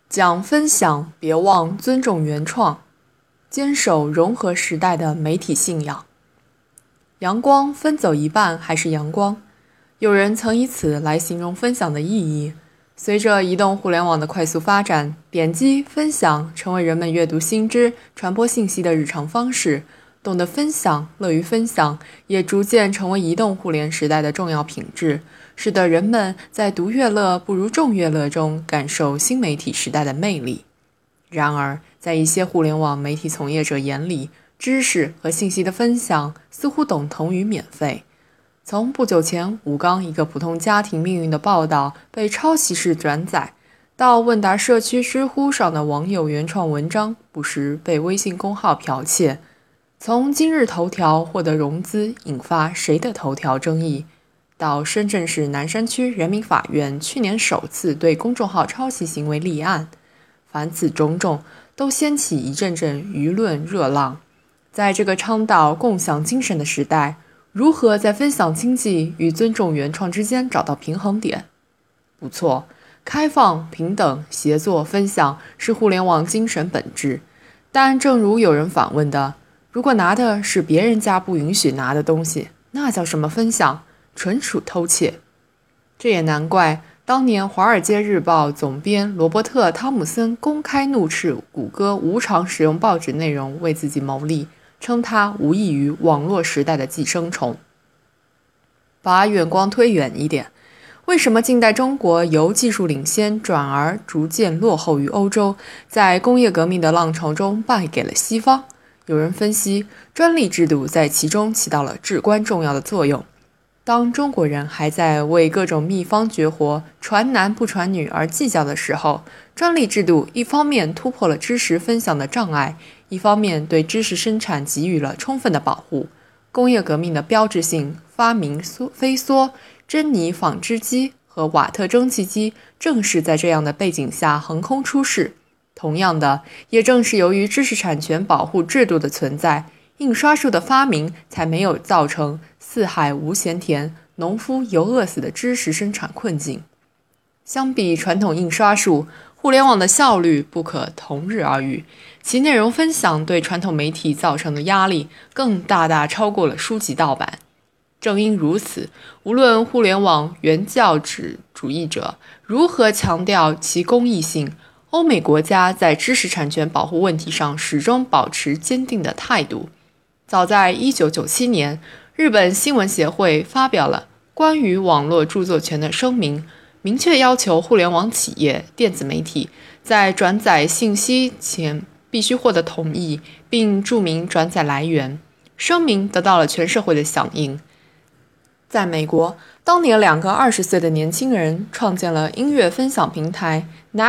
讲分享，别忘尊重原创，坚守融合时代的媒体信仰。阳光分走一半还是阳光？有人曾以此来形容分享的意义。随着移动互联网的快速发展，点击分享成为人们阅读新知、传播信息的日常方式。懂得分享、乐于分享，也逐渐成为移动互联时代的重要品质，使得人们在独乐乐不如众乐乐中感受新媒体时代的魅力。然而，在一些互联网媒体从业者眼里，知识和信息的分享似乎等同于免费。从不久前吴刚一个普通家庭命运的报道被抄袭式转载，到问答社区知乎上的网友原创文章不时被微信公号剽窃，从今日头条获得融资引发谁的头条争议，到深圳市南山区人民法院去年首次对公众号抄袭行为立案，凡此种种都掀起一阵阵舆论热浪。在这个倡导共享精神的时代，如何在分享经济与尊重原创之间找到平衡点？不错，开放、平等、协作、分享是互联网精神本质。但正如有人反问的，如果拿的是别人家不允许拿的东西，那叫什么分享？纯属偷窃。这也难怪，当年《华尔街日报》总编罗伯特·汤姆森公开怒斥谷歌无偿使用报纸内容为自己谋利，称它无异于网络时代的寄生虫。把眼光推远一点，为什么近代中国由技术领先转而逐渐落后于欧洲，在工业革命的浪潮中败给了西方？有人分析，专利制度在其中起到了至关重要的作用。当中国人还在为各种秘方绝活传男不传女而计较的时候，专利制度一方面突破了知识分享的障碍，一方面对知识生产给予了充分的保护。工业革命的标志性发明飞梭、珍妮纺织机和瓦特蒸汽机正是在这样的背景下横空出世。同样的，也正是由于知识产权保护制度的存在，印刷术的发明才没有造成四海无闲田、农夫犹饿死的知识生产困境。相比传统印刷术，互联网的效率不可同日而语，其内容分享对传统媒体造成的压力更大大超过了书籍盗版。正因如此，无论互联网原教旨主义者如何强调其公益性，欧美国家在知识产权保护问题上始终保持坚定的态度。早在1997年，日本新闻协会发表了关于网络著作权的声明，明确要求互联网企业、电子媒体在转载信息前必须获得同意，并注明转载来源。声明得到了全社会的响应。在美国，当年2个20岁的年轻人创建了音乐分享平台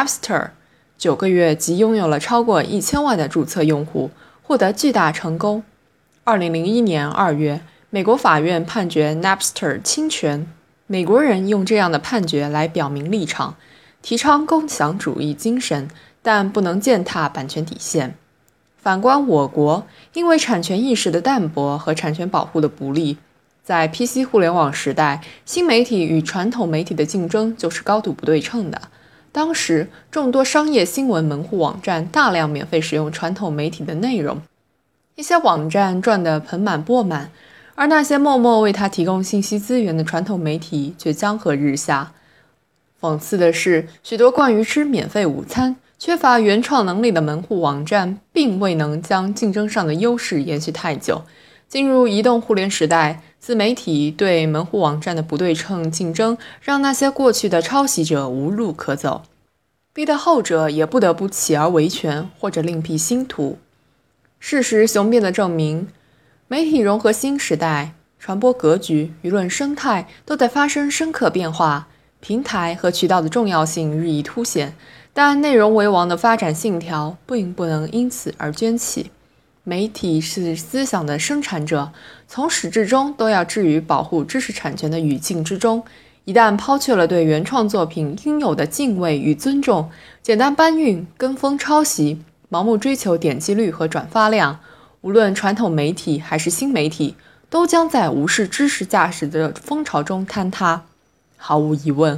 Napster，9个月即拥有了超过1000万的注册用户，获得巨大成功。2001年2月，美国法院判决 Napster 侵权。美国人用这样的判决来表明立场，提倡共享主义精神，但不能践踏版权底线。反观我国，因为产权意识的淡薄和产权保护的不力，在 PC 互联网时代，新媒体与传统媒体的竞争就是高度不对称的。当时，众多商业新闻门户网站大量免费使用传统媒体的内容，一些网站赚得盆满钵满，而那些默默为他提供信息资源的传统媒体却江河日下。讽刺的是，许多惯于吃免费午餐、缺乏原创能力的门户网站并未能将竞争上的优势延续太久。进入移动互联时代，自媒体对门户网站的不对称竞争，让那些过去的抄袭者无路可走，逼得后者也不得不起而维权，或者另辟新途。事实雄辩地证明，媒体融合新时代，传播格局、舆论生态都在发生深刻变化，平台和渠道的重要性日益凸显，但内容为王的发展信条并不能因此而捐弃。媒体是思想的生产者，从始至终都要置于保护知识产权的语境之中。一旦抛却了对原创作品应有的敬畏与尊重，简单搬运、跟风抄袭，盲目追求点击率和转发量，无论传统媒体还是新媒体，都将在无视知识价值的风潮中坍塌。毫无疑问，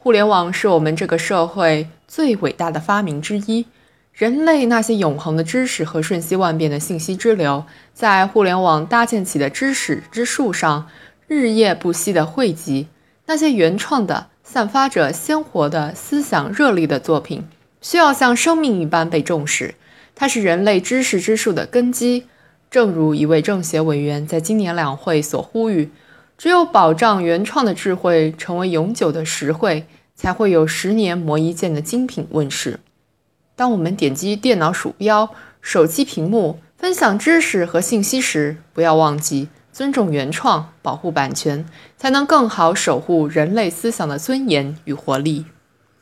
互联网是我们这个社会最伟大的发明之一。人类那些永恒的知识和瞬息万变的信息之流，在互联网搭建起的知识之树上日夜不息地汇集。那些原创的、散发着鲜活的思想热力的作品，需要像生命一般被重视。它是人类知识之树的根基。正如一位政协委员在今年两会所呼吁，只有保障原创的智慧成为永久的实惠，才会有10年磨一剑的精品问世。当我们点击电脑鼠标、手机屏幕分享知识和信息时，不要忘记尊重原创，保护版权，才能更好守护人类思想的尊严与活力。